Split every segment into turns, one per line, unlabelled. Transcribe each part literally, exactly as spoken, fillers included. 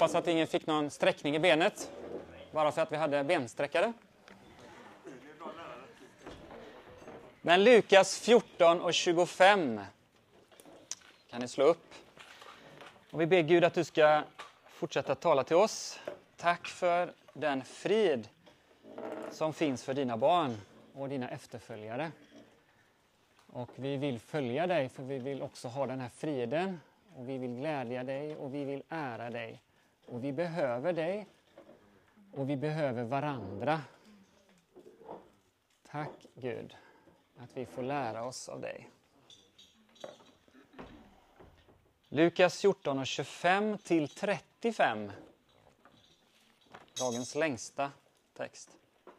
hoppas att ingen fick någon sträckning i benet. Bara för att vi hade bensträckare. Men Lukas fjorton och tjugofem kan ni slå upp. Och vi ber Gud att du ska fortsätta tala till oss. Tack för den frid som finns för dina barn och dina efterföljare. Och vi vill följa dig, för vi vill också ha den här friden. Och vi vill glädja dig och vi vill ära dig. Och vi behöver dig och vi behöver varandra. Tack Gud att vi får lära oss av dig. Lukas fjorton och tjugofem till trettiofem. Dagens längsta text.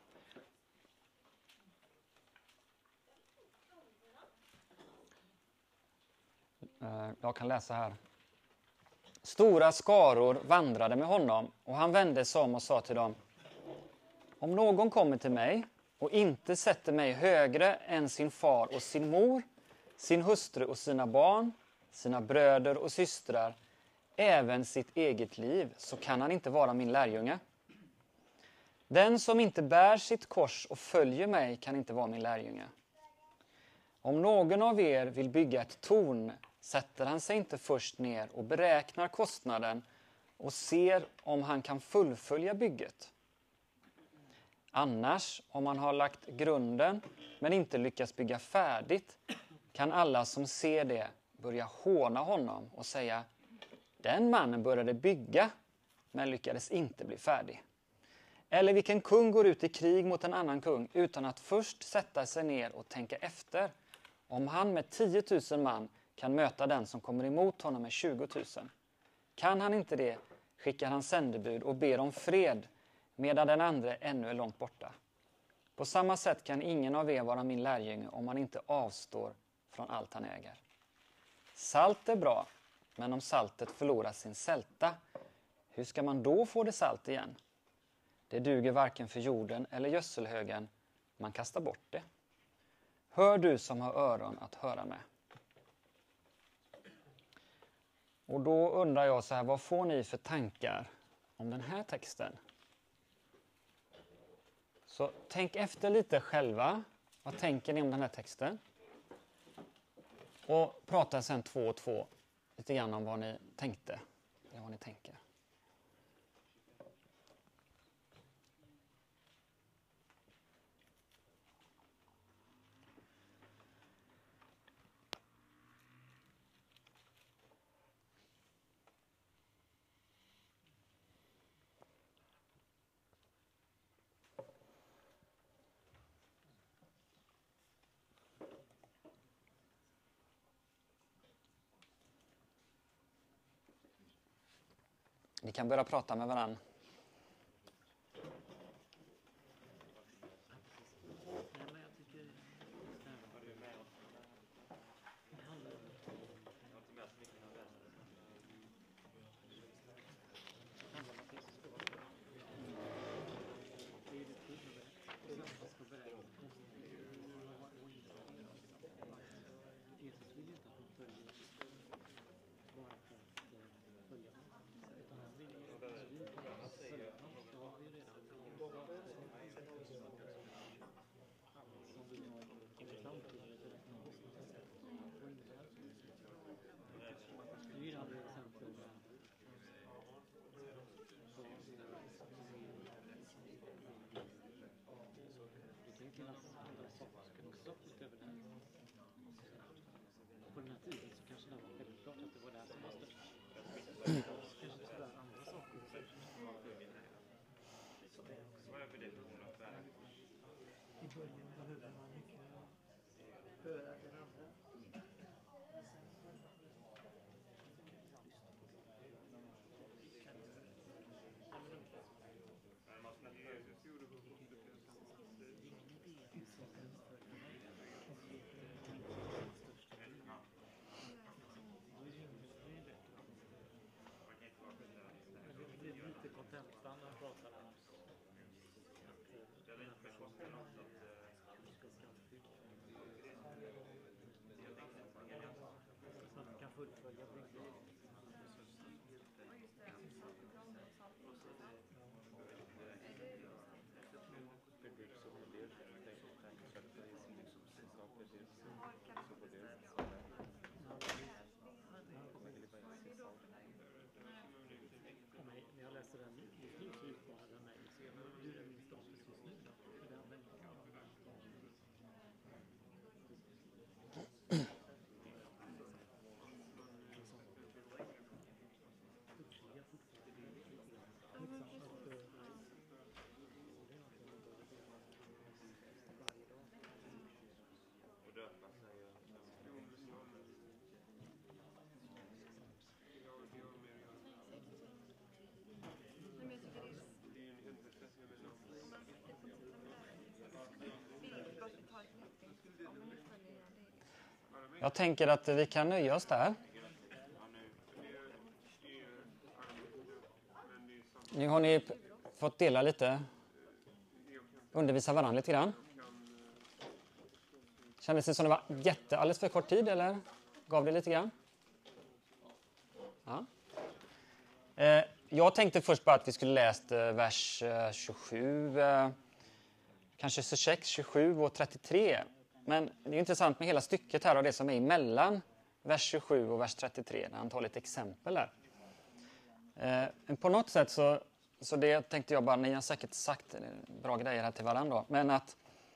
Jag kan läsa här. Stora skaror vandrade med honom och han vände sig om och sa till dem: om någon kommer till mig och inte sätter mig högre än sin far och sin mor, sin hustru och sina barn, sina bröder och systrar, även sitt eget liv, så kan han inte vara min lärjunge. Den som inte bär sitt kors och följer mig kan inte vara min lärjunge. Om någon av er vill bygga ett torn sätter han sig inte först ner och beräknar kostnaden och ser om han kan fullfölja bygget. Annars, om han har lagt grunden men inte lyckas bygga färdigt, kan alla som ser det börja håna honom och säga: den mannen började bygga men lyckades inte bli färdig. Eller vilken kung går ut i krig mot en annan kung utan att först sätta sig ner och tänka efter om han med tio tusen man kan möta den som kommer emot honom med tjugo tusen. Kan han inte det, skickar han sändebud och ber om fred medan den andra ännu är långt borta. På samma sätt kan ingen av er vara min lärjunge om man inte avstår från allt han äger. Salt är bra, men om saltet förlorar sin sälta, hur ska man då få det salt igen? Det duger varken för jorden eller gödselhögen, man kastar bort det. Hör du som har öron att höra med. Och då undrar jag så här, vad får ni för tankar om den här texten? Så tänk efter lite själva. Vad tänker ni om den här texten? Och prata sen två och två lite grann om vad ni tänkte. Eller vad ni tänker. Ni kan börja prata med varandra.
På den här tiden så kanske det var väldigt klart att det var det som var störst. Kanske tyvärr andra saker.
Vad är för definition av bära kors?
I början behöver man mycket höra den andra. Lite kontentan när han pratar om
det är inte kostnaden också att
så att man kan fullfölja bygget. När jag läste den just nu så utmanar den mig. Så hur är min status just nu då? För det här
Och döpa sig.
Jag tänker att vi kan nöja oss där. Nu har ni p- fått dela lite, undervisa varandra lite grann. Kändes det som det var jätte, alldeles för kort tid eller gav det lite grann? Ja. Eh, jag tänkte först bara att vi skulle läst eh, vers eh, tjugosju, eh, kanske tjugosex, tjugosju och trettiotre. Men det är intressant med hela stycket här och det som är emellan vers tjugosju och vers trettiotre när han tar lite exempel där. Eh, på något sätt så, så det tänkte jag bara, ni har säkert sagt eh, bra grejer här till varandra, men att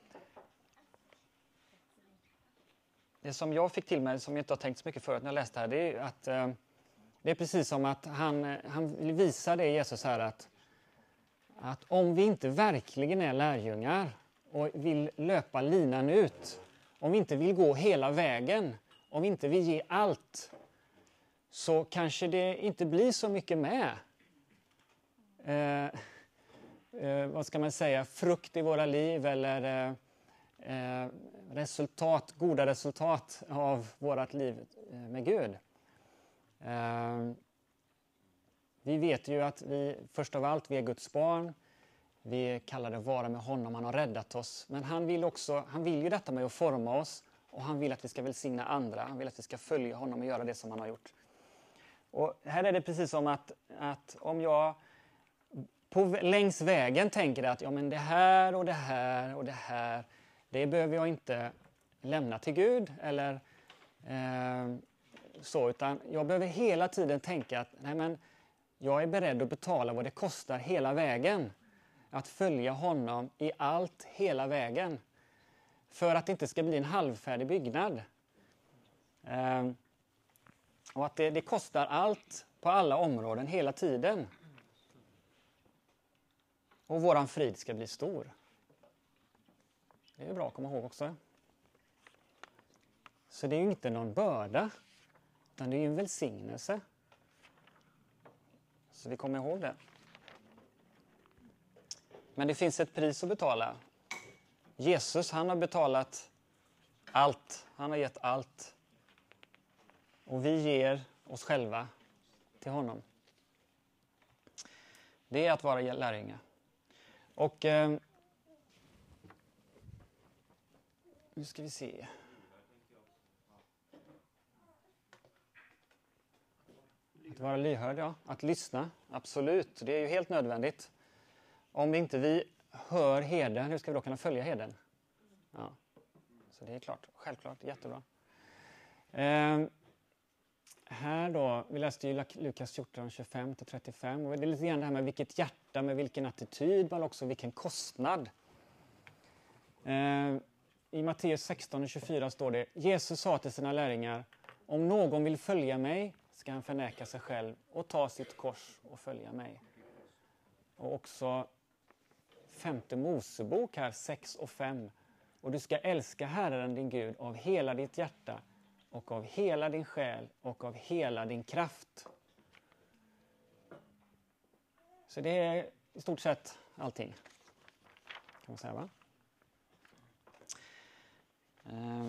det som jag fick till mig, som jag inte har tänkt så mycket förut när jag läste här, det är att eh, det är precis som att han, han vill visa det Jesus här att, att om vi inte verkligen är lärjungar och vill löpa linan ut, om vi inte vill gå hela vägen, om vi inte vill ge allt, så kanske det inte blir så mycket med. Eh, eh, vad ska man säga, frukt i våra liv eller eh, resultat, goda resultat av vårt liv med Gud. Eh, vi vet ju att vi, först av allt, vi är Guds barn. Vi är kallade att vara med honom, han har räddat oss. Men han vill också, han vill ju detta med att forma oss. Och han vill att vi ska välsigna andra. Han vill att vi ska följa honom och göra det som han har gjort. Och här är det precis som att, att om jag på, längs vägen tänker att ja, men det här och det här och det här, det behöver jag inte lämna till Gud eller eh, så, utan jag behöver hela tiden tänka att nej, men jag är beredd att betala vad det kostar hela vägen. Att följa honom i allt hela vägen. För att det inte ska bli en halvfärdig byggnad. Eh, och att det, det kostar allt på alla områden hela tiden. Och våran frid ska bli stor. Det är bra att komma ihåg också. Så det är ju inte någon börda. Utan det är ju en välsignelse. Så vi kommer ihåg det. Men det finns ett pris att betala. Jesus, han har betalat allt. Han har gett allt. Och vi ger oss själva till honom. Det är att vara lärjungar. Och eh, nu ska vi se. Att vara lyhörd, ja. Att lyssna, absolut. Det är ju helt nödvändigt. Om inte vi hör herden, hur ska vi då kunna följa herden? Ja. Så det är klart, självklart, jättebra. Eh, här då, vi läste ju Lukas fjorton, tjugofem till trettiofem. Och det är lite grann det här med vilket hjärta, med vilken attityd, men också vilken kostnad. Eh, I Matteus sexton och tjugofyra står det: Jesus sa till sina lärjungar: om någon vill följa mig ska han förneka sig själv och ta sitt kors och följa mig. Och också femte Mosebok här, sex och fem. Och du ska älska Herren din Gud av hela ditt hjärta och av hela din själ och av hela din kraft. Så det är i stort sett allting. Kan man säga, va? Ehm.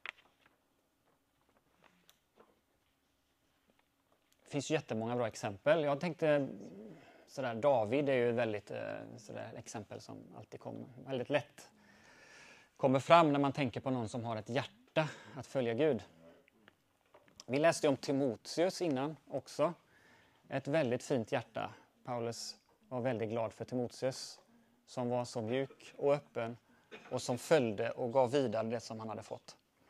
Det finns jättemånga bra exempel. Jag tänkte sådär, David är ju ett väldigt sådär, exempel som alltid kommer väldigt lätt kommer fram när man tänker på någon som har ett hjärta att följa Gud. Vi läste om Timoteus innan också. Ett väldigt fint hjärta. Paulus var väldigt glad för Timoteus som var så mjuk och öppen och som följde och gav vidare det som han hade fått.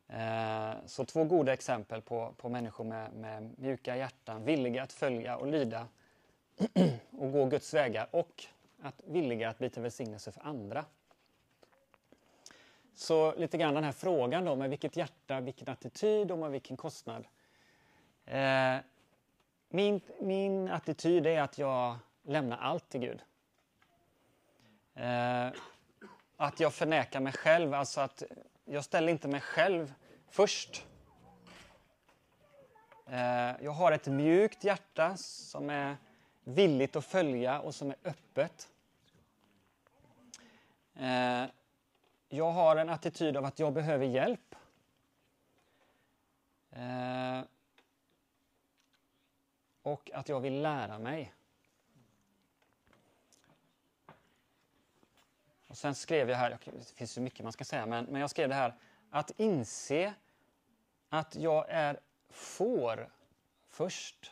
Eh, så två goda exempel på, på människor med, med mjuka hjärtan, villiga att följa och lyda och gå Guds vägar och att villiga att bli till välsignelse för andra. Så lite grann den här frågan då med vilket hjärta, vilken attityd och med vilken kostnad. Eh, min, min attityd är att jag lämnar allt till Gud. Eh, att jag förnekar mig själv, alltså att jag ställer inte mig själv först. Eh, jag har ett mjukt hjärta som är villigt att följa och som är öppet. Eh, jag har en attityd av att jag behöver hjälp. Eh, och att jag vill lära mig. Och sen skrev jag här, det finns så mycket man ska säga, men, men jag skrev det här. Att inse att jag är får först.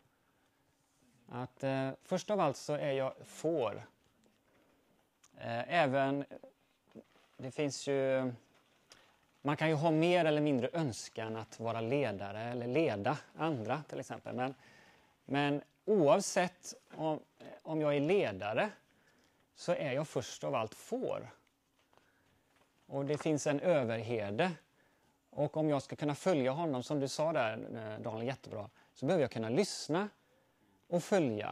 Att eh, först av allt så är jag får. Eh, även, det finns ju, man kan ju ha mer eller mindre önskan att vara ledare eller leda andra till exempel. Men, men oavsett om, om jag är ledare så är jag först av allt får. Och det finns en överherde. Och om jag ska kunna följa honom, som du sa där, Daniel, jättebra, så behöver jag kunna lyssna och följa.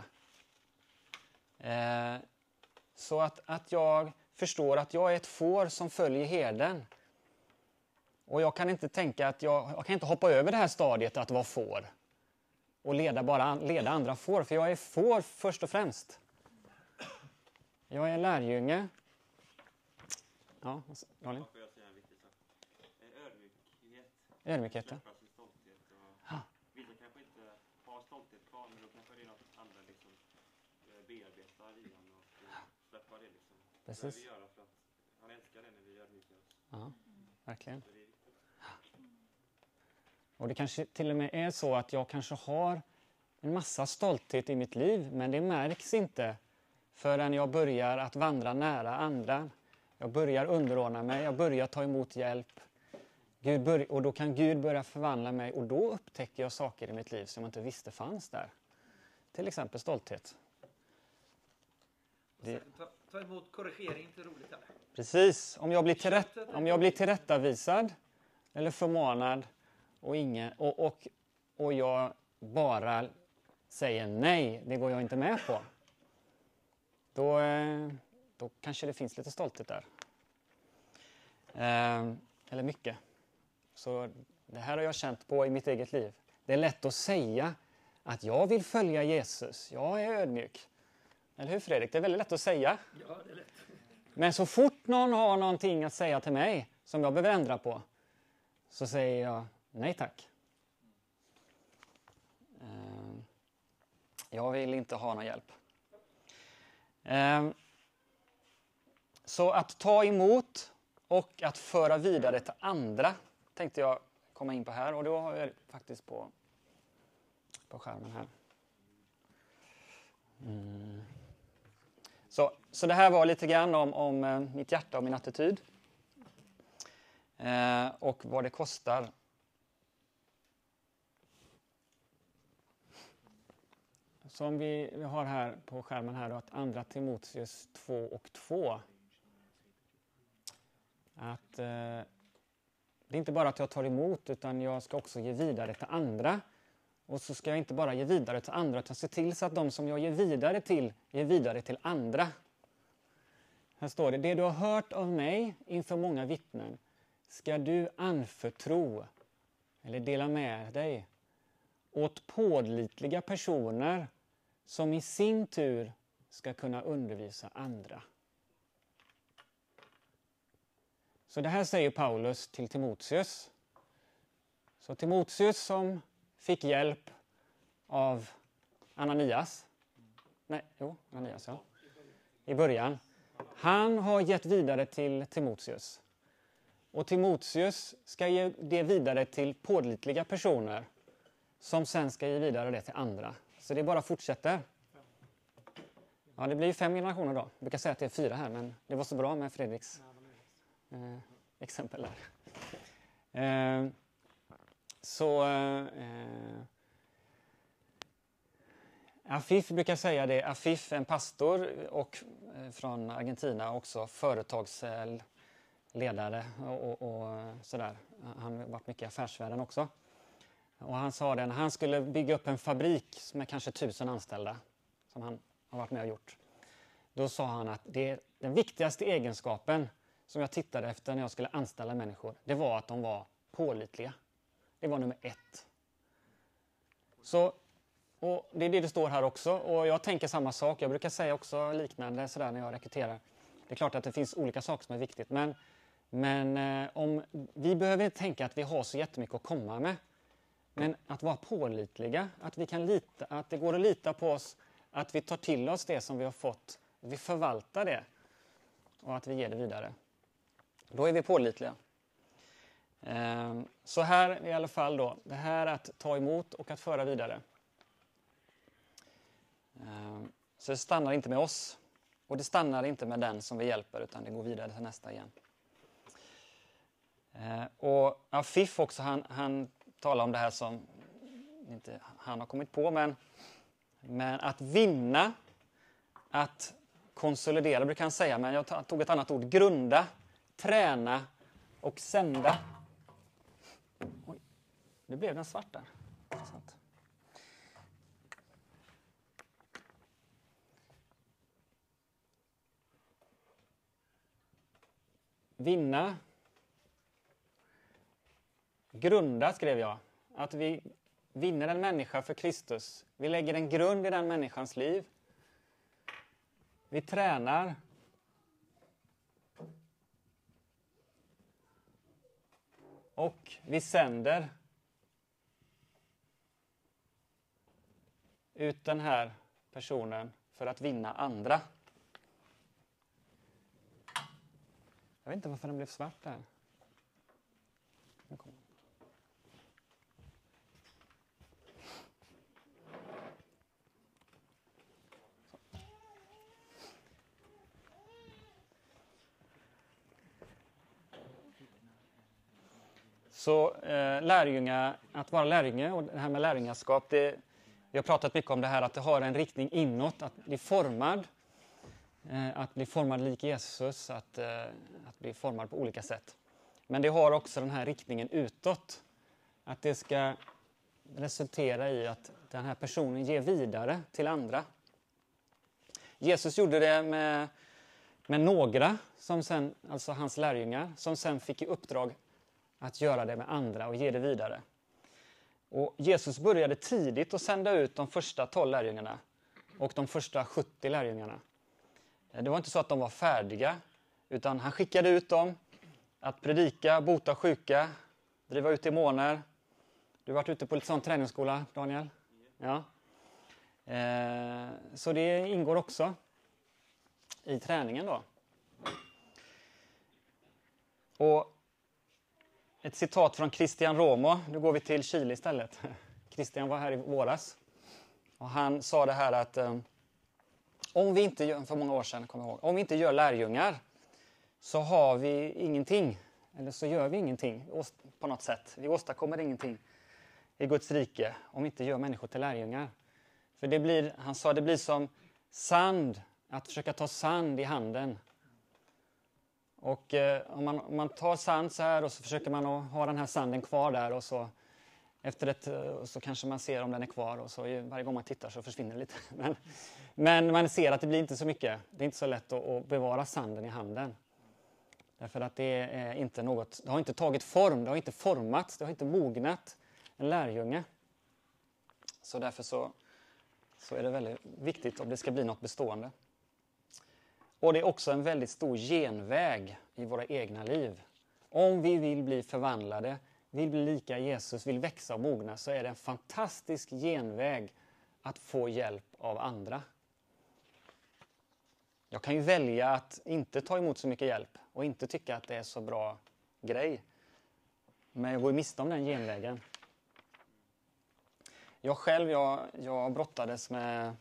Eh, så att, att jag förstår att jag är ett får som följer herden. Och jag kan inte tänka att jag, jag kan inte hoppa över det här stadiet att vara får. Och leda, bara, leda andra får, för jag är får först och främst. Jag är lärjunge. Ja, Daniel?
Får jag säga en viktig sak? Ödmjukhet.
Ödmjukhet, ja.
Släppa sin stolthet. Och
Ja.
vissa kanske inte har stolthet kvar, men då kanske det är något andra liksom eh, bearbetar i den och eh, släppa det liksom. Det
Precis.
behöver vi göra för att han älskar det när vi ödmjukar oss.
Ja, verkligen.
Så det är viktigt.
Och det kanske till och med är så att jag kanske har en massa stolthet i mitt liv, men det märks inte förrän jag börjar att vandra nära andra. Jag börjar underordna mig, jag börjar ta emot hjälp. Gud bör- och då kan Gud börja förvandla mig och då upptäcker jag saker i mitt liv som jag inte visste fanns där. Till exempel stolthet. Det,
Ta, ta emot korrigering, inte roligt här.
precis, om jag blir, tillrätt, om jag blir tillrättavisad eller förmanad och, ingen, och, och, och jag bara säger nej, det går jag inte med på. Då, eh, då kanske det finns lite stolthet där. Eh, eller mycket. Så det här har jag känt på i mitt eget liv. Det är lätt att säga att jag vill följa Jesus. Jag är ödmjuk. Eller hur, Fredrik? Det är väldigt lätt att säga.
Ja, det är lätt.
Men så fort någon har någonting att säga till mig som jag behöver ändra på, så säger jag nej tack. Eh, jag vill inte ha någon hjälp. Eh, så att ta emot och att föra vidare till andra tänkte jag komma in på här. Och då har jag faktiskt på, på skärmen här. Mm. Så, så det här var lite grann om, om eh, mitt hjärta och min attityd. Eh, och vad det kostar. Som vi, vi har här på skärmen här då, att andra Timoteus två och två. Att eh, det är inte bara att jag tar emot, utan jag ska också ge vidare till andra. Och så ska jag inte bara ge vidare till andra, utan se till så att de som jag ger vidare till, ger vidare till andra. Här står det, det du har hört av mig inför många vittnen ska du anförtro eller dela med dig åt pålitliga personer som i sin tur ska kunna undervisa andra. Så det här säger Paulus till Timoteus. Så Timoteus som fick hjälp av Ananias. Nej, jo, Ananias, ja. I början. Han har gett vidare till Timoteus. Och Timoteus ska ge det vidare till pålitliga personer som sen ska ge vidare det till andra. Så det bara fortsätter. Ja, det blir ju fem generationer då. Jag brukar säga att det är fyra här, men det var så bra med Fredriks eh, exempel där. Eh, så eh, Afif brukar säga det. Afif är en pastor och eh, från Argentina, också företagsledare och, och, och sådär. Han har varit mycket i affärsvärlden också. Och han sa det, när han skulle bygga upp en fabrik med kanske tusen anställda, som han har varit med och gjort. Då sa han att det, den viktigaste egenskapen som jag tittade efter när jag skulle anställa människor, det var att de var pålitliga. Det var nummer ett. Så, och det är det det står här också. Och jag tänker samma sak. Jag brukar säga också liknande sådär när jag rekryterar. Det är klart att det finns olika saker som är viktigt. Men, men eh, om, vi behöver inte tänka att vi har så jättemycket att komma med. Men att vara pålitliga, att, vi kan lita, att det går att lita på oss, att vi tar till oss det som vi har fått, vi förvaltar det och att vi ger det vidare. Då är vi pålitliga. Så här i alla fall då, det här att ta emot och att föra vidare. Så det stannar inte med oss och det stannar inte med den som vi hjälper, utan det går vidare till nästa igen. Och Afif också, han, han talar om det här som inte han har kommit på, men, men att vinna, att konsolidera brukar han säga, men jag tog ett annat ord, grunda, träna och sända. Oj, nu blev den svart där. Intressant. Vinna. Grunda skrev jag. Att vi vinner en människa för Kristus. Vi lägger en grund i den människans liv. Vi tränar. Och vi sänder ut den här personen för att vinna andra. Jag vet inte varför den blev svart där. Nu kommer. Så eh, lärjunga, att vara lärjunge och det här med lärjungaskap, det, vi har pratat mycket om det här att det har en riktning inåt, att bli formad, eh, att bli formad lik Jesus, att, eh, att bli formad på olika sätt. Men det har också den här riktningen utåt, att det ska resultera i att den här personen ger vidare till andra. Jesus gjorde det med, med några, som sen, alltså hans lärjungar, som sen fick i uppdrag att göra det med andra och ge det vidare. Och Jesus började tidigt att sända ut de första tolv lärjungarna och de första sjuttio lärjungarna. Det var inte så att de var färdiga, utan han skickade ut dem att predika, bota sjuka, driva ut demoner. Du har varit ute på lite sån träningsskola, Daniel? Ja. Eh, så det ingår också i träningen då. Och ett citat från Christian Romo. Nu går vi till Chile istället. Christian var här i våras. Och han sa det här att eh, om vi inte gör, för många år sedan, kommer jag ihåg, om vi inte gör lärjungar så har vi ingenting. Eller så gör vi ingenting på något sätt. Vi åstadkommer ingenting i Guds rike om vi inte gör människor till lärjungar. För det blir, han sa det blir som sand, att försöka ta sand i handen. Och eh, om, man, om man tar sand så här och så försöker man att ha den här sanden kvar där och så efter ett så kanske man ser om den är kvar och så varje gång man tittar så försvinner det lite. Men, men man ser att det blir inte så mycket. Det är inte så lätt att, att bevara sanden i handen. Därför att det är inte något, det har inte tagit form, det har inte formats, det har inte mognat en lärjunge. Så därför så, så är det väldigt viktigt om det ska bli något bestående. Och det är också en väldigt stor genväg i våra egna liv. Om vi vill bli förvandlade, vill bli lika Jesus, vill växa och mogna, så är det en fantastisk genväg att få hjälp av andra. Jag kan ju välja att inte ta emot så mycket hjälp och inte tycka att det är så bra grej. Men jag går miste om den genvägen. Jag själv, jag, jag brottades med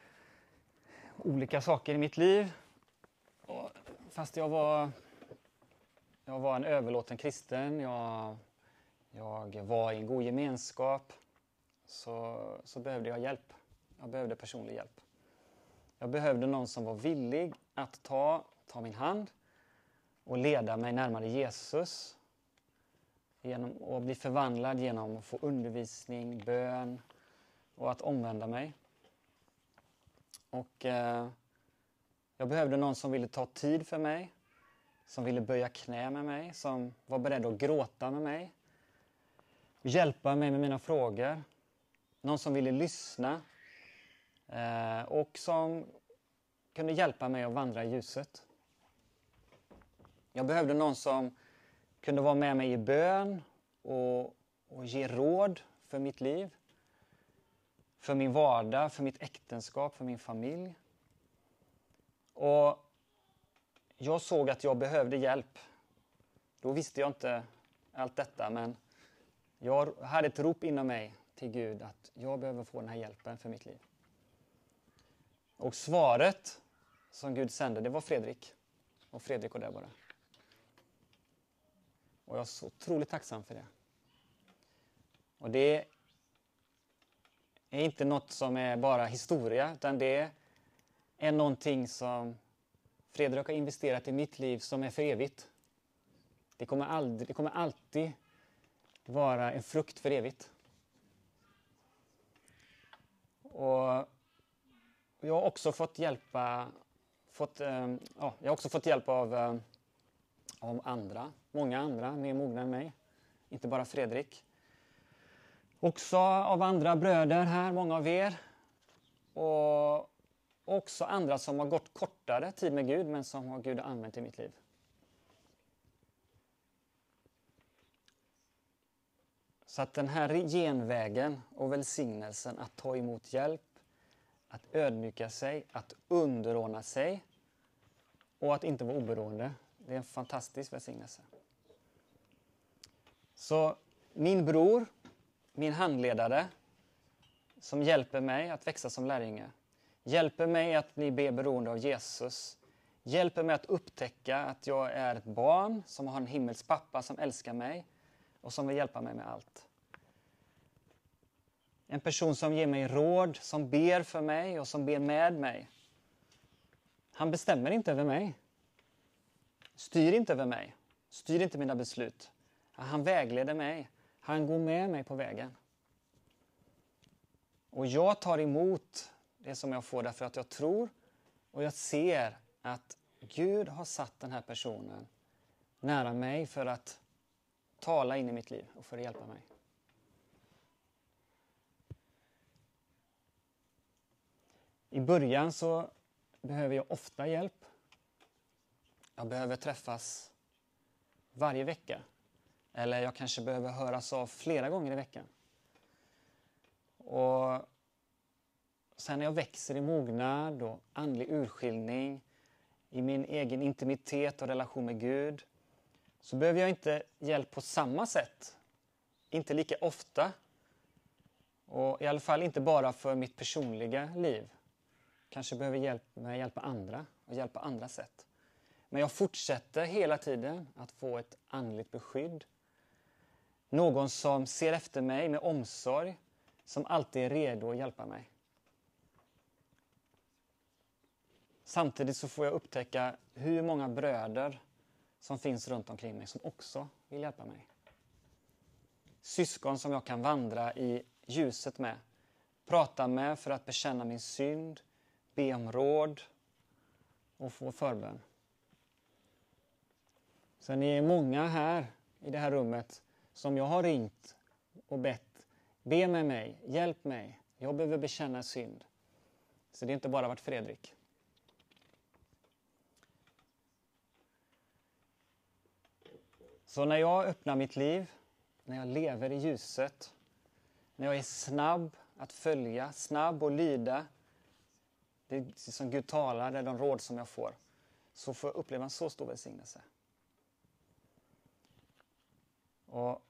olika saker i mitt liv. Och fast jag var, jag var en överlåten kristen, jag jag var i en god gemenskap, så, så behövde jag hjälp. Jag behövde personlig hjälp. Jag behövde någon som var villig att ta, ta min hand och leda mig närmare Jesus. Genom att bli förvandlad genom att få undervisning, bön och att omvända mig. Och eh, jag behövde någon som ville ta tid för mig, som ville böja knä med mig, som var beredd att gråta med mig, hjälpa mig med mina frågor. Någon som ville lyssna eh, och som kunde hjälpa mig att vandra i ljuset. Jag behövde någon som kunde vara med mig i bön och, och ge råd för mitt liv, för min vardag, för mitt äktenskap, för min familj. Och jag såg att jag behövde hjälp. Då visste jag inte allt detta, men jag hade ett rop inom mig till Gud att jag behöver få den här hjälpen för mitt liv. Och svaret som Gud sände, det var Fredrik. Och Fredrik och Deborah. Och jag är så otroligt tacksam för det. Och det är inte något som är bara historia, utan det är någonting som Fredrik har investerat i mitt liv som är för evigt. Det kommer, aldrig, det kommer alltid vara en frukt för evigt. Och jag har också fått hjälpa, fått, ja, jag har också fått hjälp av, av andra, många andra, mer mogna än mig. Inte bara Fredrik. Också av andra bröder här, många av er. Och också andra som har gått kortare tid med Gud, men som har Gud använt i mitt liv. Så att den här genvägen och välsignelsen att ta emot hjälp, att ödmjuka sig, att underordna sig och att inte vara oberoende, det är en fantastisk välsignelse. Så min bror, min handledare, som hjälper mig att växa som lärjunge, hjälper mig att bli beroende av Jesus, hjälper mig att upptäcka att jag är ett barn som har en himmelsk pappa som älskar mig och som vill hjälpa mig med allt. En person som ger mig råd, som ber för mig och som ber med mig. Han bestämmer inte över mig. Styr inte över mig. Styr inte mina beslut. Han vägleder mig. Han går med mig på vägen. Och jag tar emot det som jag får därför att jag tror och jag ser att Gud har satt den här personen nära mig för att tala in i mitt liv och för att hjälpa mig. I början så behöver jag ofta hjälp. Jag behöver träffas varje vecka. Eller jag kanske behöver höras av flera gånger i veckan. Och sen när jag växer i mognad och andlig urskiljning, i min egen intimitet och relation med Gud, så behöver jag inte hjälp på samma sätt. Inte lika ofta. Och i alla fall inte bara för mitt personliga liv. Kanske behöver hjälp med att hjälpa andra och hjälpa andra sätt. Men jag fortsätter hela tiden att få ett andligt beskydd. Någon som ser efter mig med omsorg, som alltid är redo att hjälpa mig. Samtidigt så får jag upptäcka hur många bröder som finns runt omkring mig som också vill hjälpa mig. Syskon som jag kan vandra i ljuset med, prata med för att bekänna min synd, be om råd och få förbön. Så ni är många här i det här rummet som jag har ringt och bett, be med mig, hjälp mig, jag behöver bekänna synd. Så det är inte bara varit Fredrik. Så när jag öppnar mitt liv, när jag lever i ljuset, när jag är snabb att följa, snabb att lyda, det som Gud talar, det är de råd som jag får, så får jag uppleva en så stor välsignelse. Och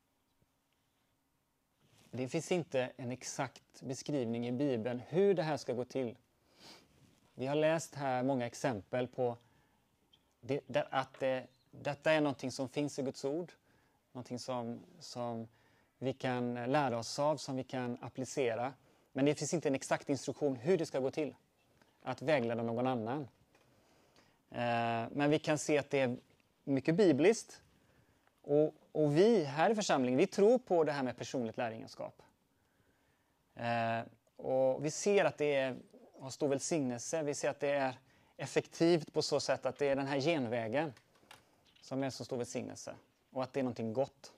det finns inte en exakt beskrivning i Bibeln hur det här ska gå till. Vi har läst här många exempel på det, att det, detta är någonting som finns i Guds ord. Någonting som, som vi kan lära oss av, som vi kan applicera. Men det finns inte en exakt instruktion hur det ska gå till att vägleda någon annan. Eh, men vi kan se att det är mycket bibliskt. Och, och vi här i församlingen, vi tror på det här med personligt lärjungaskap. Eh, och vi ser att det är, har stor välsignelse. Vi ser att det är effektivt på så sätt att det är den här genvägen som är så stor välsignelse. Och att det är någonting gott.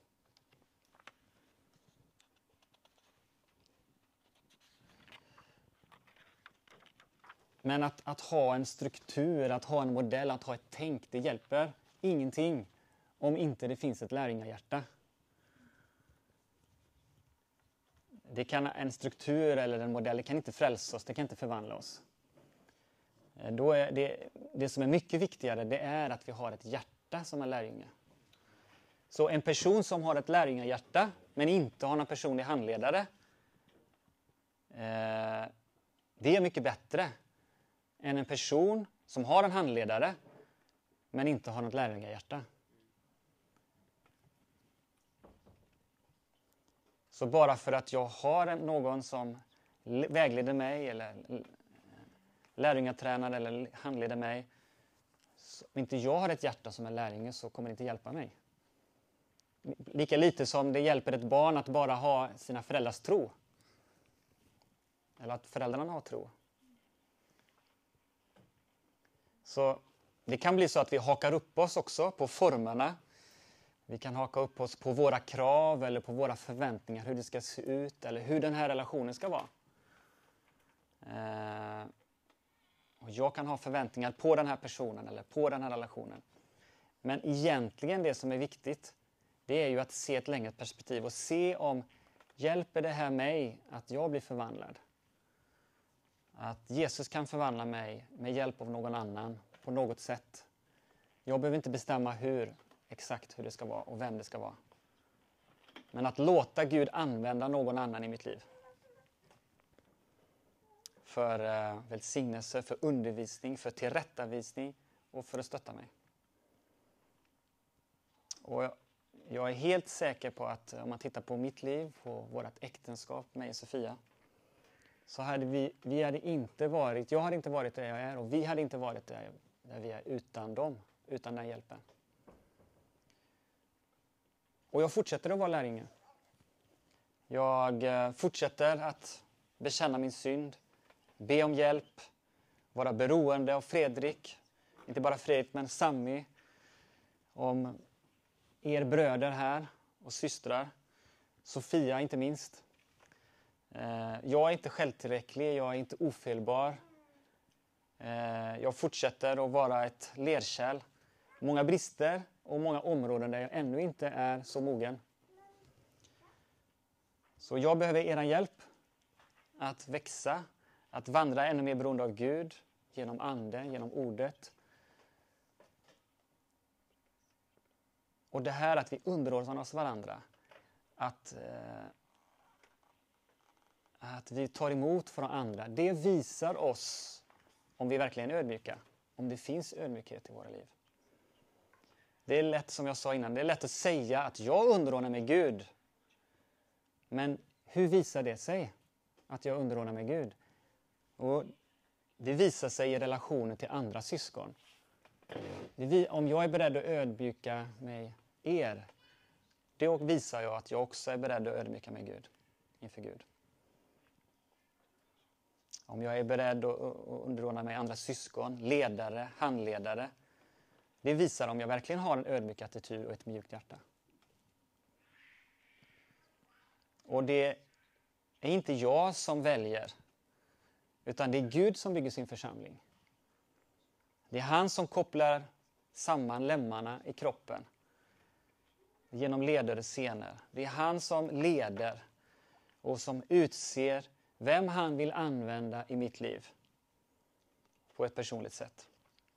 Men att, att ha en struktur, att ha en modell, att ha ett tänk, det hjälper ingenting om inte det finns ett lärjungahjärta. Det kan, en struktur eller en modell, det kan inte frälsa oss, det kan inte förvandla oss. Då är det, det som är mycket viktigare, det är att vi har ett hjärta som är lärjunge. Så en person som har ett lärjungahjärta men inte har någon personlig handledare, eh, det är mycket bättre än en person som har en handledare men inte har något lärjungahjärta. Så bara för att jag har någon som vägleder mig eller lärjungatränare eller handleder mig, om inte jag har ett hjärta som är lärjunge så kommer det inte hjälpa mig. Lika lite som det hjälper ett barn att bara ha sina föräldrars tro. Eller att föräldrarna har tro. Så det kan bli så att vi hakar upp oss också på formerna. Vi kan haka upp oss på våra krav eller på våra förväntningar, hur det ska se ut eller hur den här relationen ska vara. Eh, och jag kan ha förväntningar på den här personen eller på den här relationen. Men egentligen det som är viktigt, det är ju att se ett längre perspektiv och se om hjälper det här mig att jag blir förvandlad. Att Jesus kan förvandla mig med hjälp av någon annan på något sätt. Jag behöver inte bestämma hur, exakt hur det ska vara och vem det ska vara. Men att låta Gud använda någon annan i mitt liv. För eh, välsignelse, för undervisning, för tillrättavisning och för att stötta mig. Och jag, jag är helt säker på att om man tittar på mitt liv, på vårt äktenskap med Sofia, så hade vi, vi hade inte varit, jag hade inte varit där jag är och vi hade inte varit där, där vi är utan dem, utan den hjälpen. Och jag fortsätter att vara lärjunge. Jag fortsätter att bekänna min synd, be om hjälp, vara beroende av Fredrik, inte bara Fredrik men Sammy, om er bröder här och systrar, Sofia inte minst. Jag är inte självtillräcklig, jag är inte ofelbar. Jag fortsätter att vara ett lerkärl. Många brister och många områden där jag ännu inte är så mogen. Så jag behöver er hjälp att växa, att vandra ännu mer beroende av Gud, genom anden, genom ordet. Och det här att vi underordnar oss varandra, att, eh, att vi tar emot från andra, det visar oss om vi verkligen är ödmjuka, om det finns ödmjukhet i våra liv. Det är lätt, som jag sa innan, det är lätt att säga att jag underordnar mig Gud. Men hur visar det sig att jag underordnar mig Gud? Och det visar sig i relationen till andra syskon. Det, om jag är beredd att ödmjuka mig er, då visar jag att jag också är beredd att ödmjuka mig Gud, inför Gud. Om jag är beredd att underordna mig andra syskon, ledare, handledare, det visar om jag verkligen har en ödmjuk attityd och ett mjukt hjärta. Och det är inte jag som väljer, utan det är Gud som bygger sin församling. Det är han som kopplar samman lemmarna i kroppen genom ledare scener. Det är han som leder och som utser vem han vill använda i mitt liv på ett personligt sätt.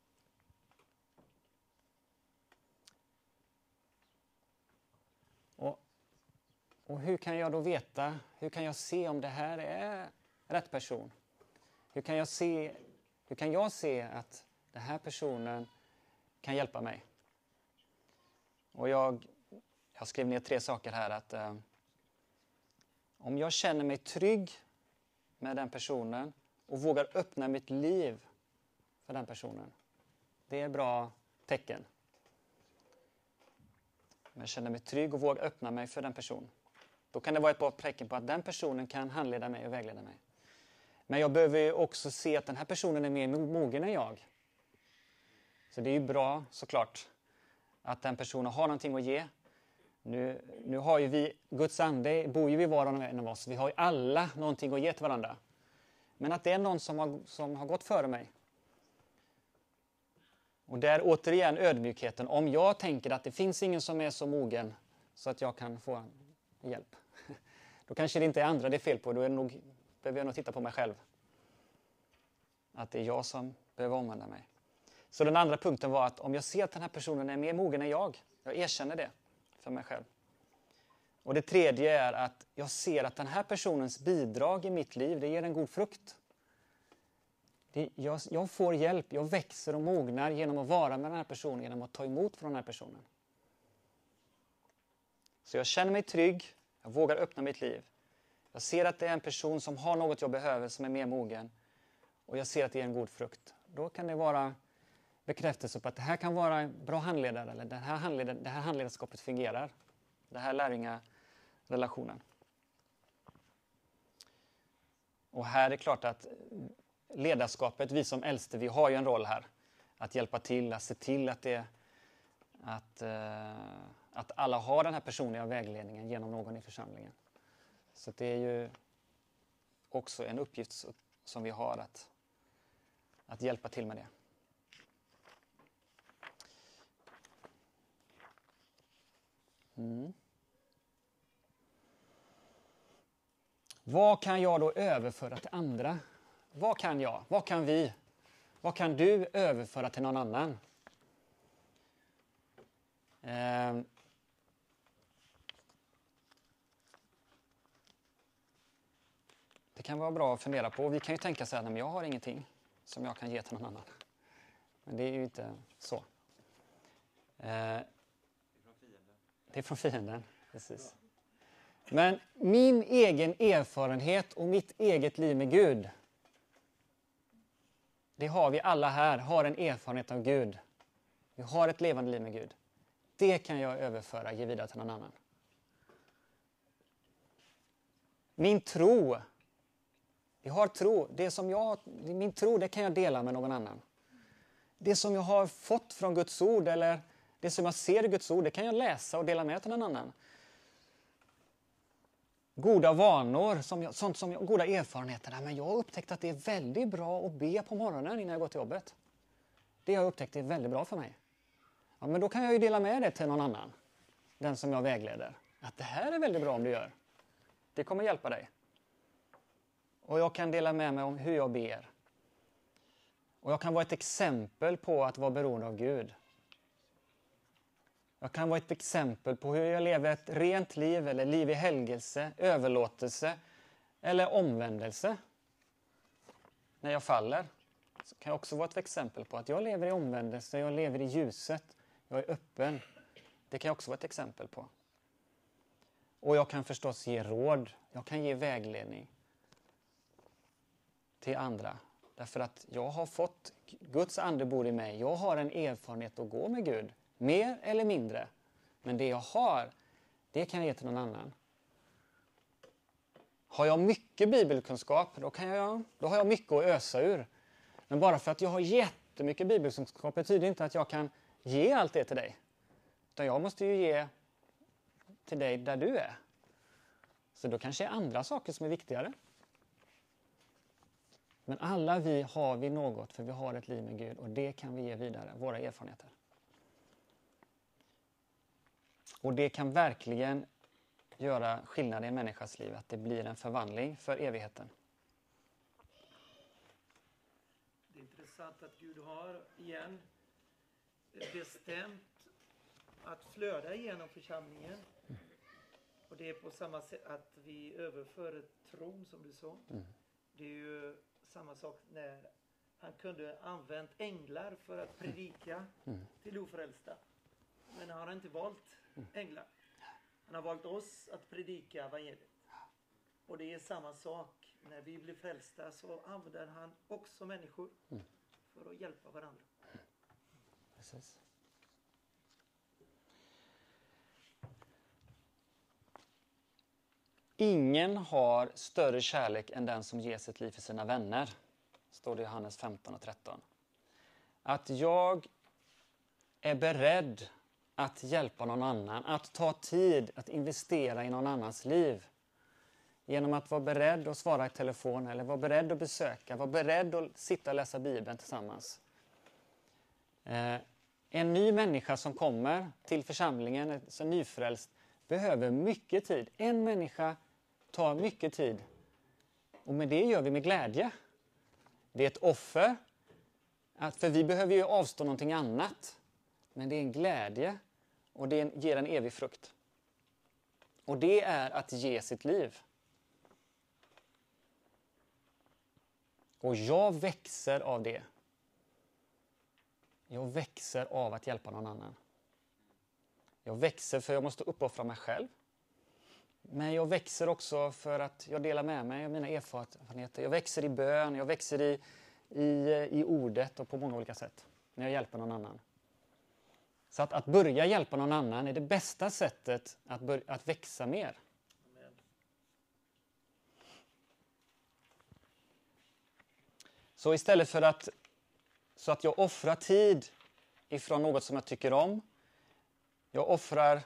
Och, och hur kan jag då veta, hur kan jag se om det här är rätt person? Hur kan jag se, hur kan jag se att den här personen kan hjälpa mig? Och jag, Jag skrev ner tre saker här. Att eh, om jag känner mig trygg med den personen och vågar öppna mitt liv för den personen. Det är ett bra tecken. Om jag känner mig trygg och vågar öppna mig för den personen. Då kan det vara ett bra tecken på att den personen kan handleda mig och vägleda mig. Men jag behöver ju också se att den här personen är mer mogen än jag. Så det är ju bra såklart att den personen har någonting att ge. Nu, nu har ju vi, Guds ande bor ju vid var och en av oss. Vi har ju alla någonting att ge till varandra. Men att det är någon som har, som har gått före mig. Och där återigen ödmjukheten. Om jag tänker att det finns ingen som är så mogen så att jag kan få hjälp. Då kanske det inte är andra det är fel på. Då är det nog, behöver jag nog titta på mig själv. Att det är jag som behöver omvända mig. Så den andra punkten var att om jag ser att den här personen är mer mogen än jag. Jag erkänner det för mig själv. Och det tredje är att jag ser att den här personens bidrag i mitt liv, det ger en god frukt. Det, jag, jag får hjälp, jag växer och mognar genom att vara med den här personen, genom att ta emot från den här personen. Så jag känner mig trygg, jag vågar öppna mitt liv. Jag ser att det är en person som har något jag behöver, som är mer mogen. Och jag ser att det är en god frukt. Då kan det vara bekräftelse på att det här kan vara en bra handledare, eller det här, handledare, det här handledarskapet fungerar. Det här lärjungarelationen. Och här är det klart att ledarskapet, vi som äldste, vi har ju en roll här. Att hjälpa till, att se till att, det, att, uh, att alla har den här personliga vägledningen genom någon i församlingen. Så det är ju också en uppgift som vi har att, att hjälpa till med det. Mm. Vad kan jag då överföra till andra? Vad kan jag? Vad kan vi? Vad kan du överföra till någon annan? Eh. Det kan vara bra att fundera på. Vi kan ju tänka så här, nej, men jag har ingenting som jag kan ge till någon annan. Men det är ju inte så. Eh. Det är från fienden, precis. Men min egen erfarenhet och mitt eget liv med Gud, det har vi alla här, har en erfarenhet av Gud. Vi har ett levande liv med Gud. Det kan jag överföra, ge vidare till någon annan. Min tro, vi har tro, det som jag, min tro, det kan jag dela med någon annan. Det som jag har fått från Guds ord, eller det som jag ser i Guds ord, det kan jag läsa och dela med till någon annan. Goda vanor, som jag, sånt som jag, goda erfarenheter. Men jag har upptäckt att det är väldigt bra att be på morgonen innan jag går till jobbet. Det har jag upptäckt är väldigt bra för mig. Ja, men då kan jag ju dela med det till någon annan. Den som jag vägleder. Att det här är väldigt bra om du gör. Det kommer hjälpa dig. Och jag kan dela med mig om hur jag ber. Och jag kan vara ett exempel på att vara beroende av Gud. Jag kan vara ett exempel på hur jag lever ett rent liv, eller liv i helgelse, överlåtelse eller omvändelse. När jag faller så kan jag också vara ett exempel på att jag lever i omvändelse, jag lever i ljuset, jag är öppen. Det kan jag också vara ett exempel på. Och jag kan förstås ge råd, jag kan ge vägledning till andra. Därför att jag har fått, Guds ande bor i mig, jag har en erfarenhet att gå med Gud. Mer eller mindre. Men det jag har, det kan jag ge till någon annan. Har jag mycket bibelkunskap, då, kan jag, då har jag mycket att ösa ur. Men bara för att jag har jättemycket bibelkunskap betyder inte att jag kan ge allt det till dig. Utan jag måste ju ge till dig där du är. Så då kanske är andra saker som är viktigare. Men alla vi har vi något, för vi har ett liv med Gud. Och det kan vi ge vidare, våra erfarenheter. Och det kan verkligen göra skillnad i en människas liv. Att det blir en förvandling för evigheten.
Det är intressant att Gud har igen bestämt att flöda igenom församlingen. Och det är på samma sätt att vi överför tron, som du sa.
Mm.
Det är ju samma sak när han kunde använt änglar för att predika
Mm.
till ofrälsta. Men han har inte valt änglar. Han har valt oss att predika evangeliet. Och det är samma sak. När vi blir frälsta så använder han också människor
Mm.
för att hjälpa varandra.
Precis. Ingen har större kärlek än den som ger sitt liv för sina vänner. Står det i Johannes femton och tretton. Att jag är beredd att hjälpa någon annan. Att ta tid att investera i någon annans liv. Genom att vara beredd att svara i telefon eller vara beredd att besöka. Vara beredd att sitta och läsa Bibeln tillsammans. Eh, en ny människa som kommer till församlingen, som nyfrälst, behöver mycket tid. En människa tar mycket tid. Och med det gör vi med glädje. Det är ett offer. Att, för vi behöver ju avstå någonting annat. Men det är en glädje. Och det ger en evig frukt. Och det är att ge sitt liv. Och jag växer av det. Jag växer av att hjälpa någon annan. Jag växer för jag måste uppoffra mig själv. Men jag växer också för att jag delar med mig av mina erfarenheter. Jag växer i bön, jag växer i, i, i ordet och på många olika sätt. När jag hjälper någon annan. Så att, att börja hjälpa någon annan är det bästa sättet att, bör, att växa mer.
Amen.
Så istället för att, så att jag offrar tid ifrån något som jag tycker om. Jag offrar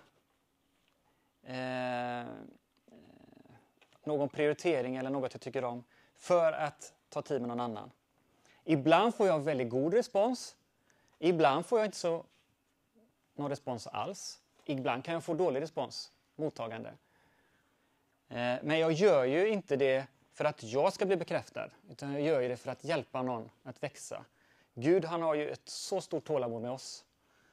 eh, någon prioritering eller något jag tycker om för att ta tid med någon annan. Ibland får jag väldigt god respons. Ibland får jag inte så någon respons alls. Ibland kan jag få dålig respons, mottagande. Eh, men jag gör ju inte det för att jag ska bli bekräftad. Utan jag gör ju det för att hjälpa någon att växa. Gud, han har ju ett så stort tålamod med oss.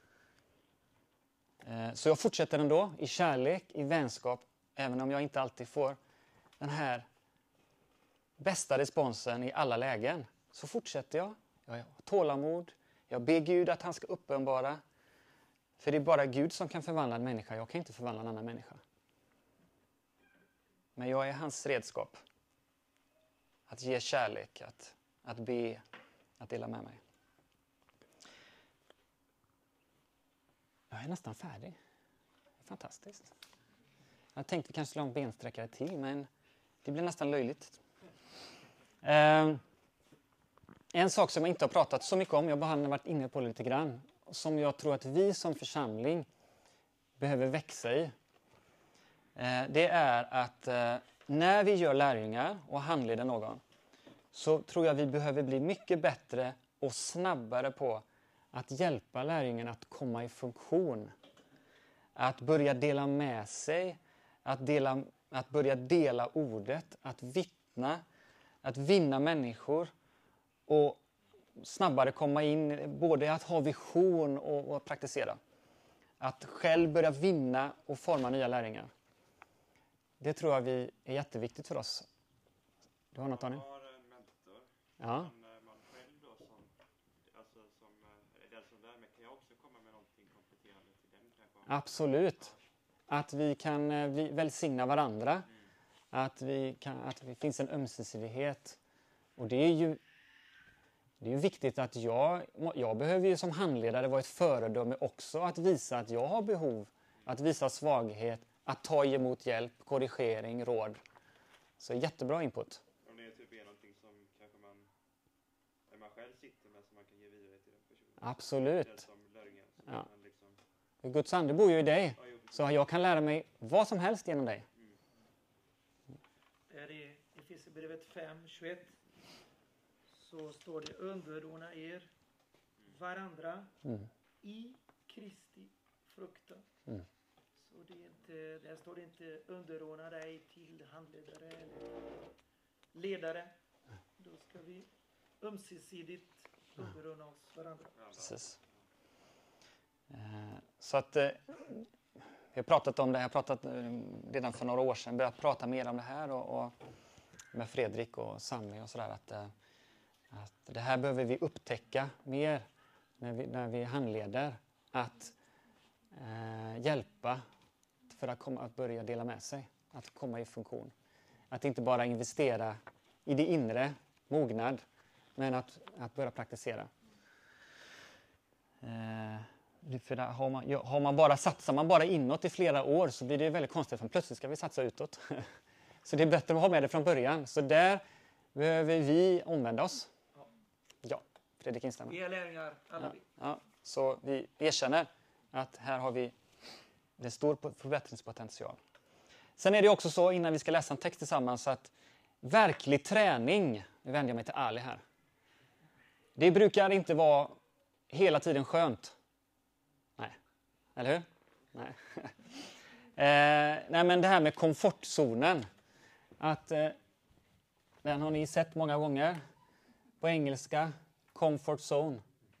Så jag fortsätter ändå i kärlek, i vänskap, även om jag inte alltid får den här bästa responsen i alla lägen. Så fortsätter jag. Jag har tålamod. Jag ber Gud att han ska uppenbara. För det är bara Gud som kan förvandla en människa. Jag kan inte förvandla en annan människa. Men jag är hans redskap. Att ge kärlek, att, att be, att dela med mig. Jag är nästan färdig. Det är fantastiskt. Jag tänkte vi kanske skulle ha en bensträckare till, men det blir nästan löjligt. Eh, en sak som jag inte har pratat så mycket om, jag bara har varit inne på lite grann, som jag tror att vi som församling behöver växa i. Eh, det är att eh, när vi gör lärjungar och handleder någon, så tror jag vi behöver bli mycket bättre och snabbare på att hjälpa lärjungen att komma i funktion. Att börja dela med sig. Att, dela, att börja dela ordet. Att vittna. Att vinna människor. Och snabbare komma in. Både att ha vision och, och praktisera. Att själv börja vinna och forma nya lärjungar. Det tror jag vi är jätteviktigt för oss. Du har något, Daniel?
Man har en mentor.
Ja.
Men man själv då som, alltså som är den som lär mig, kan jag också komma med någonting kompletterande till den kanske?
Absolut. Att vi kan eh, vi välsigna varandra. Mm. Att, vi kan, att det finns en ömsesidighet. Och det är ju, det är ju viktigt att jag, jag behöver ju som handledare vara ett föredöme också. Att visa att jag har behov. Att visa svaghet. Att ta emot hjälp, korrigering, råd. Så jättebra input.
Om det typ är någonting som kanske man, där man själv sitter med, som man kan ge vidare till den personen.
Absolut.
Den som lärjungen.
Ja.
Man liksom...
Guds ande bor ju i dig.
Ja, jo,
Så jag kan lära mig vad som helst genom dig.
Mm.
Det är i Efesierbrevet fem tjugoett. Så står det: underordna er varandra
Mm.
i Kristi fruktan.
Mm.
Så det är inte, där står det inte underordna dig till handledare eller ledare. Då ska vi ömsesidigt underordna oss varandra.
Precis. Eh, Så att eh, vi har pratat om det, jag har pratat eh, redan för några år sedan, börjat prata mer om det här och, och med Fredrik och Sammy och sådär, att, eh, att det här behöver vi upptäcka mer när vi, när vi handleder, att eh, hjälpa. för att, komma, att börja dela med sig, att komma i funktion. Att inte bara investera i det inre, mognad, men att, att börja praktisera. Eh, för där har, man, har man bara satsar man bara inåt i flera år så blir det väldigt konstigt, för plötsligt ska vi satsa utåt. Så det är bättre att ha med det från början. Så där behöver vi omvända oss. Ja, Fredrik instämmer.
Vi är lärjungar, alla
Ja,
vi.
ja. Så vi erkänner att här har vi det är stor förbättringspotential. Sen är det också så, innan vi ska läsa en text tillsammans, att verklig träning, nu vänder jag mig till Ali här, det brukar inte vara hela tiden skönt. Nej, eller hur? Nej. eh, nej, men det här med komfortzonen, att eh, den har ni sett många gånger på engelska, comfort zone.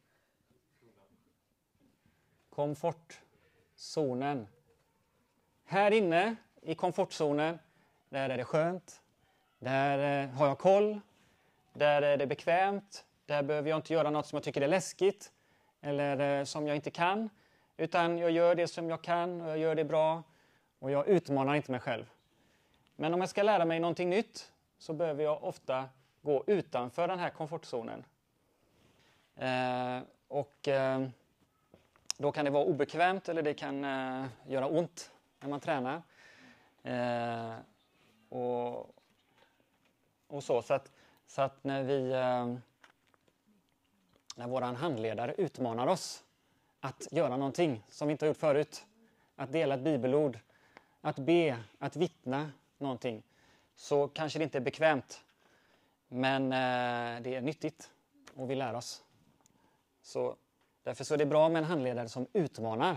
Komfortzonen. Här inne i komfortzonen, där är det skönt. Där eh, har jag koll. Där är det bekvämt. Där behöver jag inte göra något som jag tycker är läskigt. Eller eh, som jag inte kan. Utan jag gör det som jag kan och jag gör det bra. Och jag utmanar inte mig själv. Men om jag ska lära mig någonting nytt så behöver jag ofta gå utanför den här komfortzonen. Eh, och... Eh, Då kan det vara obekvämt eller det kan eh, göra ont när man tränar. Eh, och, och så. Så att, så att när vi, eh, när våran handledare utmanar oss att göra någonting som vi inte har gjort förut. Att dela ett bibelord, att be, att vittna någonting. Så kanske det inte är bekvämt. Men eh, det är nyttigt och vi lär oss. Så därför så är det bra med en handledare som utmanar.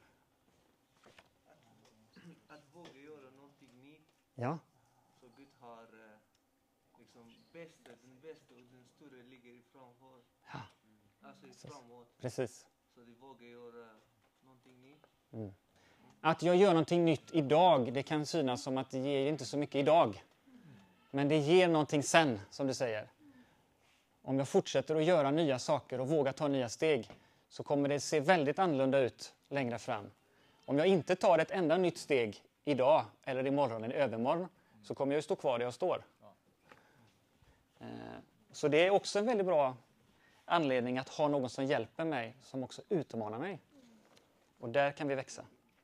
Att våga göra någonting nytt.
Ja,
Så Gud har eh, liksom bästa, den bästa och den stora ligger i framför.
Ja.
Alltså i framåt.
precis.
Så du vågar göra någonting nytt.
Mm. Att jag gör någonting nytt idag, det kan synas som att det ger inte så mycket idag. Men det ger någonting sen, som du säger. Om jag fortsätter att göra nya saker och våga ta nya steg så kommer det se väldigt annorlunda ut längre fram. Om jag inte tar ett enda nytt steg idag eller imorgon eller övermorgon så kommer jag stå kvar där jag står. Så det är också en väldigt bra anledning att ha någon som hjälper mig, som också utmanar mig. Och där kan vi växa.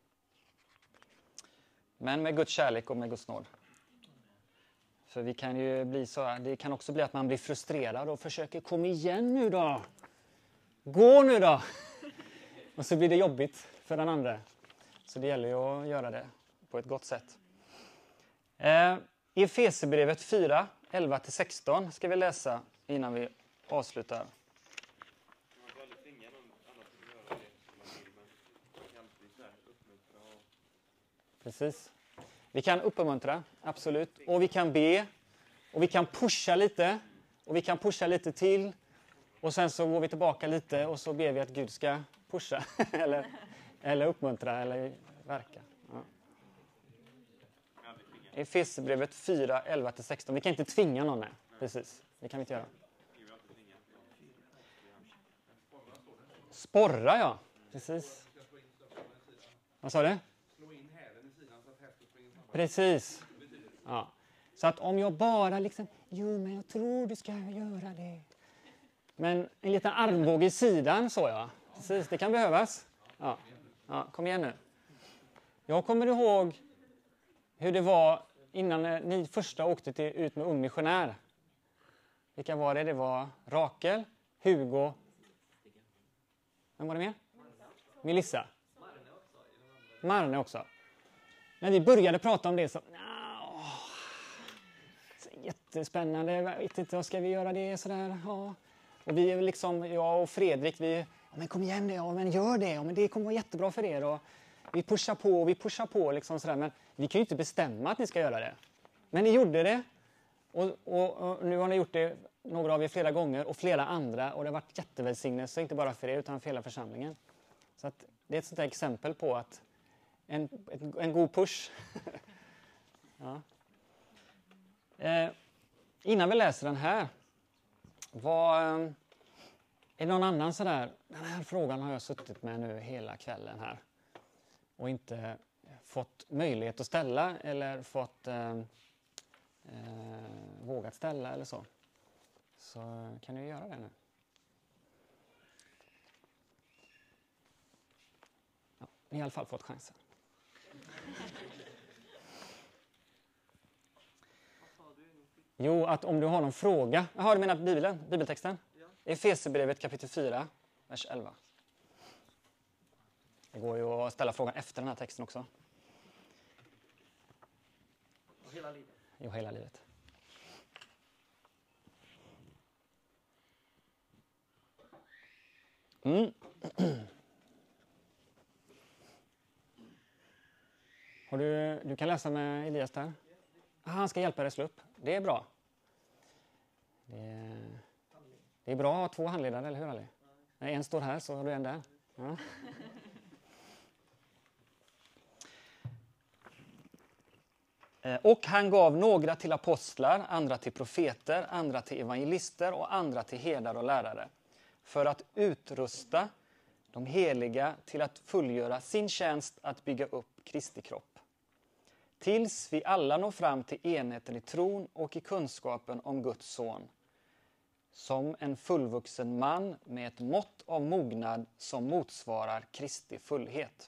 Men med Guds kärlek och med Guds nåd. För vi kan ju bli så här, det kan också bli att man blir frustrerad och försöker, kom igen nu då. Gå nu då. Och så blir det jobbigt för den andra. Så det gäller ju att göra det på ett gott sätt. Eh, I Efesierbrevet fyra, elva till sexton ska vi läsa innan vi avslutar.
Man kan aldrig tvinga någon annan att göra det som man vill, men man kan alltid så här uppmuntra och...
Precis. Vi kan uppmuntra, absolut. Och vi kan be. Och vi kan pusha lite. Och vi kan pusha lite till. Och sen så går vi tillbaka lite och så ber vi att Gud ska pusha. eller, eller uppmuntra eller verka. Ja. Efesierbrevet fyra, elva till sexton. Vi kan inte tvinga någon. Nej. Precis. Det kan vi inte göra. Sporra, ja. Precis. Vad sa du? Precis. Ja. Så att om jag bara liksom, jo men jag tror du ska göra det. Men en liten armbåge i sidan så ja. Precis, det kan behövas. Ja. Ja, kom igen nu. Jag kommer ihåg hur det var innan ni första åkte till, ut med Ung Missionär. Vilka var det? Det var Rakel, Hugo. Vem var det mer? Melissa. Marne också. När vi började prata om det så... Åh, så jättespännande. Jag vet inte, vad ska vi göra det sådär? Ja. Och vi liksom, jag och Fredrik, vi... Ja, men kom igen det, ja, men gör det. Ja, men det kommer vara jättebra för er. Och vi pushar på och vi pushar på liksom sådär. Men vi kan ju inte bestämma att ni ska göra det. Men ni gjorde det. Och, och, och nu har ni gjort det, några av er, flera gånger. Och flera andra. Och det har varit jättevälsignelse, inte bara för er utan för hela församlingen. Så att det är ett sånt där exempel på att En, en, en god push. ja. eh, innan vi läser den här. Vad, eh, är det någon annan sådär? Den här frågan har jag suttit med nu hela kvällen här. Och inte fått möjlighet att ställa eller fått eh, eh, vågat ställa eller så, så kan du göra det nu. Ja, ni har i alla fall fått chansen. Jo, att om du har någon fråga. Jaha, du menar Bibeln, bibeltexten?
Ja.
Efesierbrevet kapitel fyra, vers elva. Det går ju att ställa frågan efter den här texten också.
Och hela livet.
Jo, hela livet. Mm. Har du, du kan läsa med Elias där. Ah, han ska hjälpa dig slå upp. Det är bra. Det är, det är bra att ha två handledare, eller hur Ali? När en står här så har du en där. Ja. Och han gav några till apostlar, andra till profeter, andra till evangelister och andra till herdar och lärare. För att utrusta de heliga till att fullgöra sin tjänst att bygga upp Kristi kropp. Tills vi alla når fram till enheten i tron och i kunskapen om Guds son. Som en fullvuxen man med ett mått av mognad som motsvarar Kristi fullhet.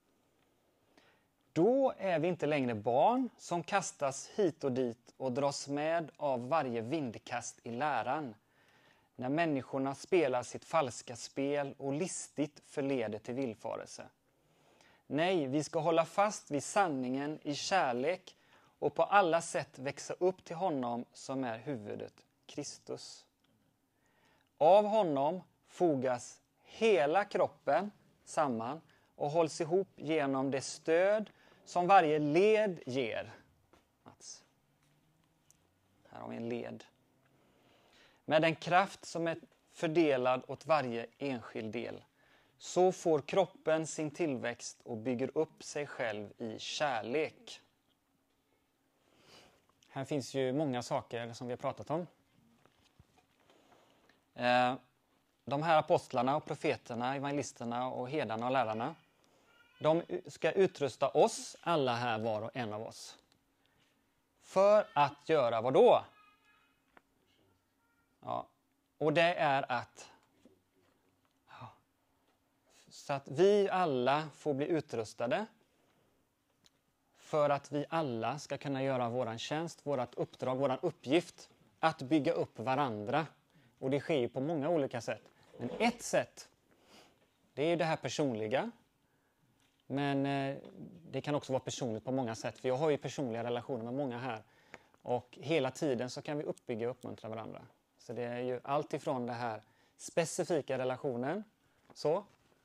Då är vi inte längre barn som kastas hit och dit och dras med av varje vindkast i läran. När människorna spelar sitt falska spel och listigt förleder till villfarelse. Nej, vi ska hålla fast vid sanningen i kärlek och på alla sätt växa upp till honom som är huvudet, Kristus. Av honom fogas hela kroppen samman och hålls ihop genom det stöd som varje led ger. Mats. Här har vi en led. Med den kraft som är fördelad åt varje enskild del. Så får kroppen sin tillväxt och bygger upp sig själv i kärlek. Här finns ju många saker som vi har pratat om. De här apostlarna och profeterna, evangelisterna och herdarna och lärarna. De ska utrusta oss, alla här var och en av oss. För att göra vad då? Ja, och det är att ja, så att vi alla får bli utrustade för att vi alla ska kunna göra våran tjänst, vårat uppdrag, våran uppgift att bygga upp varandra. Och det sker ju på många olika sätt. Men ett sätt, det är det här personliga. Men eh, det kan också vara personligt på många sätt. För jag har ju personliga relationer med många här. Och hela tiden så kan vi uppbygga och uppmuntra varandra. Så det är ju allt ifrån det här specifika relationen. Så.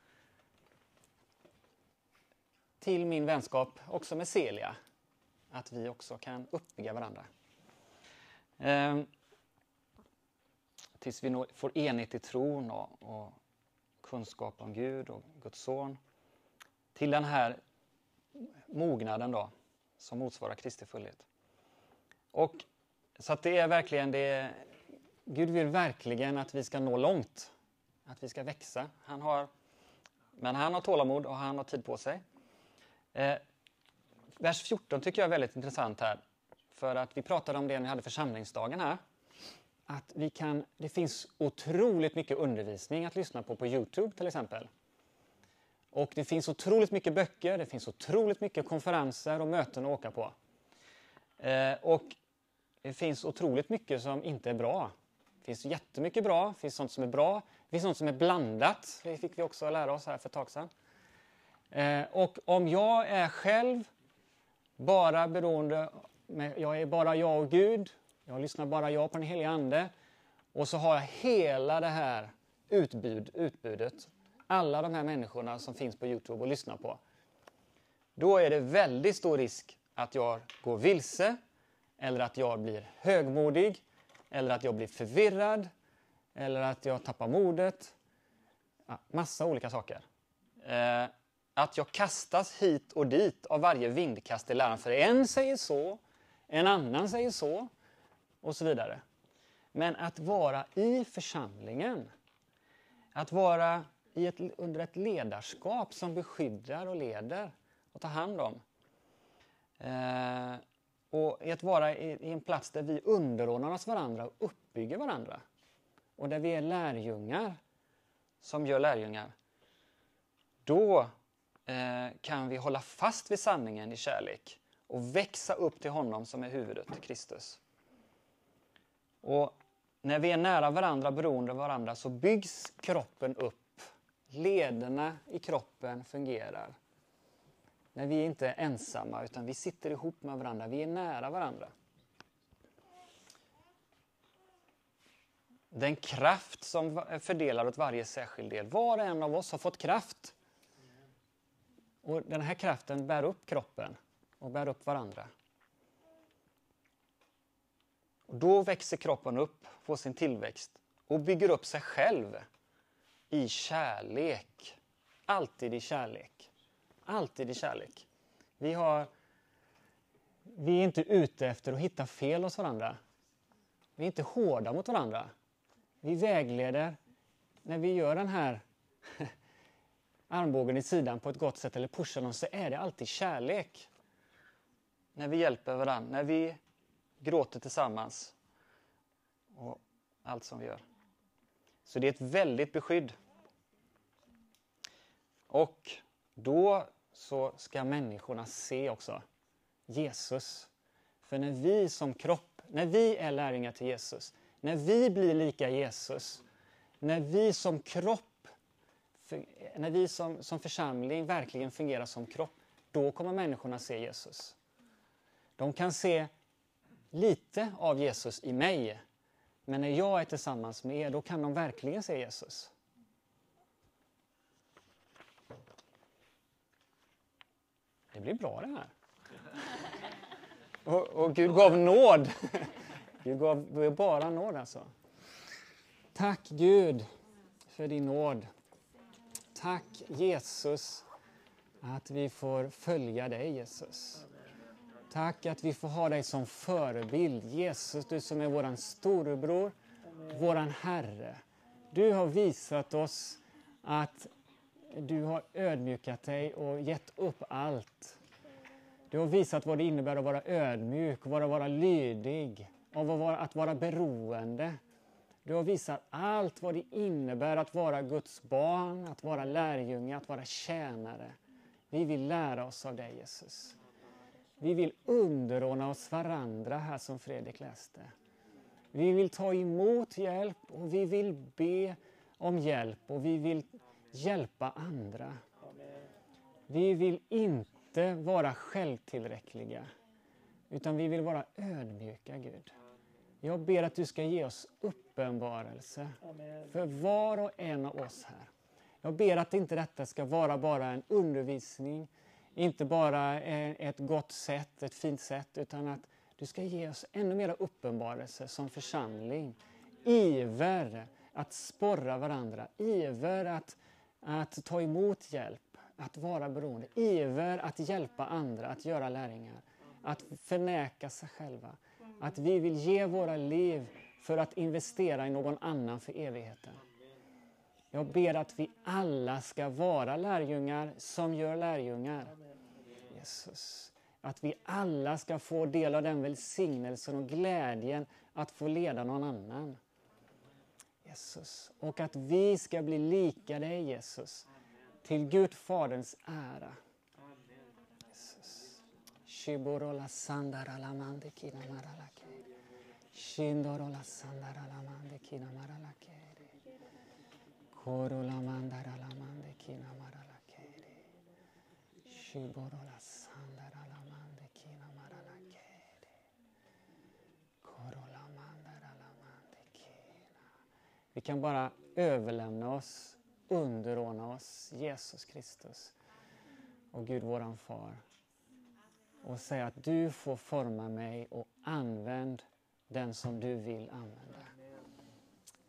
Till min vänskap också med Celia. Att vi också kan uppbygga varandra. Eh, tills vi når, får enhet i tron och, och kunskap om Gud och Guds son. Till den här mognaden då, som motsvarar Kristi fullhet. Och så att det är verkligen det, Gud vill verkligen att vi ska nå långt. Att vi ska växa. Han har, men han har tålamod och han har tid på sig. Eh, vers fjorton tycker jag är väldigt intressant här. För att vi pratade om det när vi hade församlingsdagen här. Att vi kan, det finns otroligt mycket undervisning att lyssna på på YouTube till exempel. Och det finns otroligt mycket böcker, det finns otroligt mycket konferenser och möten att åka på. Eh, och det finns otroligt mycket som inte är bra. Det finns jättemycket bra, det finns sånt som är bra, det finns sånt som är blandat. Det fick vi också lära oss här för ett tag sedan. Eh, och om jag är själv bara beroende, med, jag är bara jag och Gud, jag lyssnar bara jag på den heliga ande. Och så har jag hela det här utbud, utbudet. Alla de här människorna som finns på YouTube och lyssnar på. Då är det väldigt stor risk att jag går vilse. Eller att jag blir högmodig. Eller att jag blir förvirrad. Eller att jag tappar modet. Ja, massa olika saker. Eh, att jag kastas hit och dit av varje vindkast i läran. För en säger så. En annan säger så. Och så vidare. Men att vara i församlingen. Att vara i ett, under ett ledarskap som beskyddar och leder och tar hand om. Eh, och att vara i, i en plats där vi underordnar oss varandra och uppbygger varandra. Och där vi är lärjungar som gör lärjungar. Då eh, kan vi hålla fast vid sanningen i kärlek och växa upp till honom som är huvudet, Kristus. Och när vi är nära varandra, beroende av varandra, så byggs kroppen upp. Lederna i kroppen fungerar. När vi inte är ensamma utan vi sitter ihop med varandra, vi är nära varandra. Den kraft som fördelar åt varje särskild del. Var och en av oss har fått kraft. Och den här kraften bär upp kroppen och bär upp varandra. Och då växer kroppen upp, får sin tillväxt och bygger upp sig själv i kärlek. Alltid i kärlek. Alltid i kärlek. Vi, har, vi är inte ute efter att hitta fel hos varandra. Vi är inte hårda mot varandra. Vi vägleder när vi gör den här armbågen i sidan på ett gott sätt eller pushar någon, så är det alltid kärlek. När vi hjälper varandra, när vi gråter tillsammans och allt som vi gör. Så det är ett väldigt beskydd. Och då så ska människorna se också Jesus. För när vi som kropp, när vi är lärjungar till Jesus, när vi blir lika Jesus, när vi som kropp, när vi som, som församling verkligen fungerar som kropp, då kommer människorna se Jesus. De kan se lite av Jesus i mig, men när jag är tillsammans med er, då kan de verkligen se Jesus. Det blir bra det här. Och, och Gud gav nåd. Gud gav bara nåd alltså. Tack Gud för din nåd. Tack Jesus att vi får följa dig Jesus. Tack att vi får ha dig som förebild. Jesus, du som är våran storebror, våran Herre. Du har visat oss att du har ödmjukat dig och gett upp allt. Du har visat vad det innebär att vara ödmjuk, att vara lydig, att vara beroende. Du har visat allt vad det innebär att vara Guds barn, att vara lärjunge, att vara tjänare. Vi vill lära oss av dig Jesus. Vi vill underordna oss varandra här som Fredrik läste. Vi vill ta emot hjälp och vi vill be om hjälp och vi vill hjälpa andra. Vi vill inte vara självtillräckliga utan vi vill vara ödmjuka Gud. Jag ber att du ska ge oss uppenbarelse för var och en av oss här. Jag ber att inte detta ska vara bara en undervisning, inte bara ett gott sätt, ett fint sätt, utan att du ska ge oss ännu mer uppenbarelse som församling. Iver att sporra varandra, iver att, att ta emot hjälp, att vara beroende, iver att hjälpa andra, att göra lärjungar, att förneka sig själva. Att vi vill ge våra liv för att investera i någon annan för evigheten. Jag ber att vi alla ska vara lärjungar som gör lärjungar. Jesus. Att vi alla ska få del av den välsignelsen och glädjen att få leda någon annan. Jesus. Och att vi ska bli lika dig Jesus. Till Gud Faderns ära. Jesus. Shiborola sandara lamande kina maralake. Shindorola sandara lamande kina maralake. Korola mandara lamande kina maralake. Shiborola sandara lamande kina maralake. Korola mandara lamande kina. Vi kan bara överlämna oss, underordna oss Jesus Kristus och Gud våran far. Och säga att du får forma mig och använd den som du vill använda.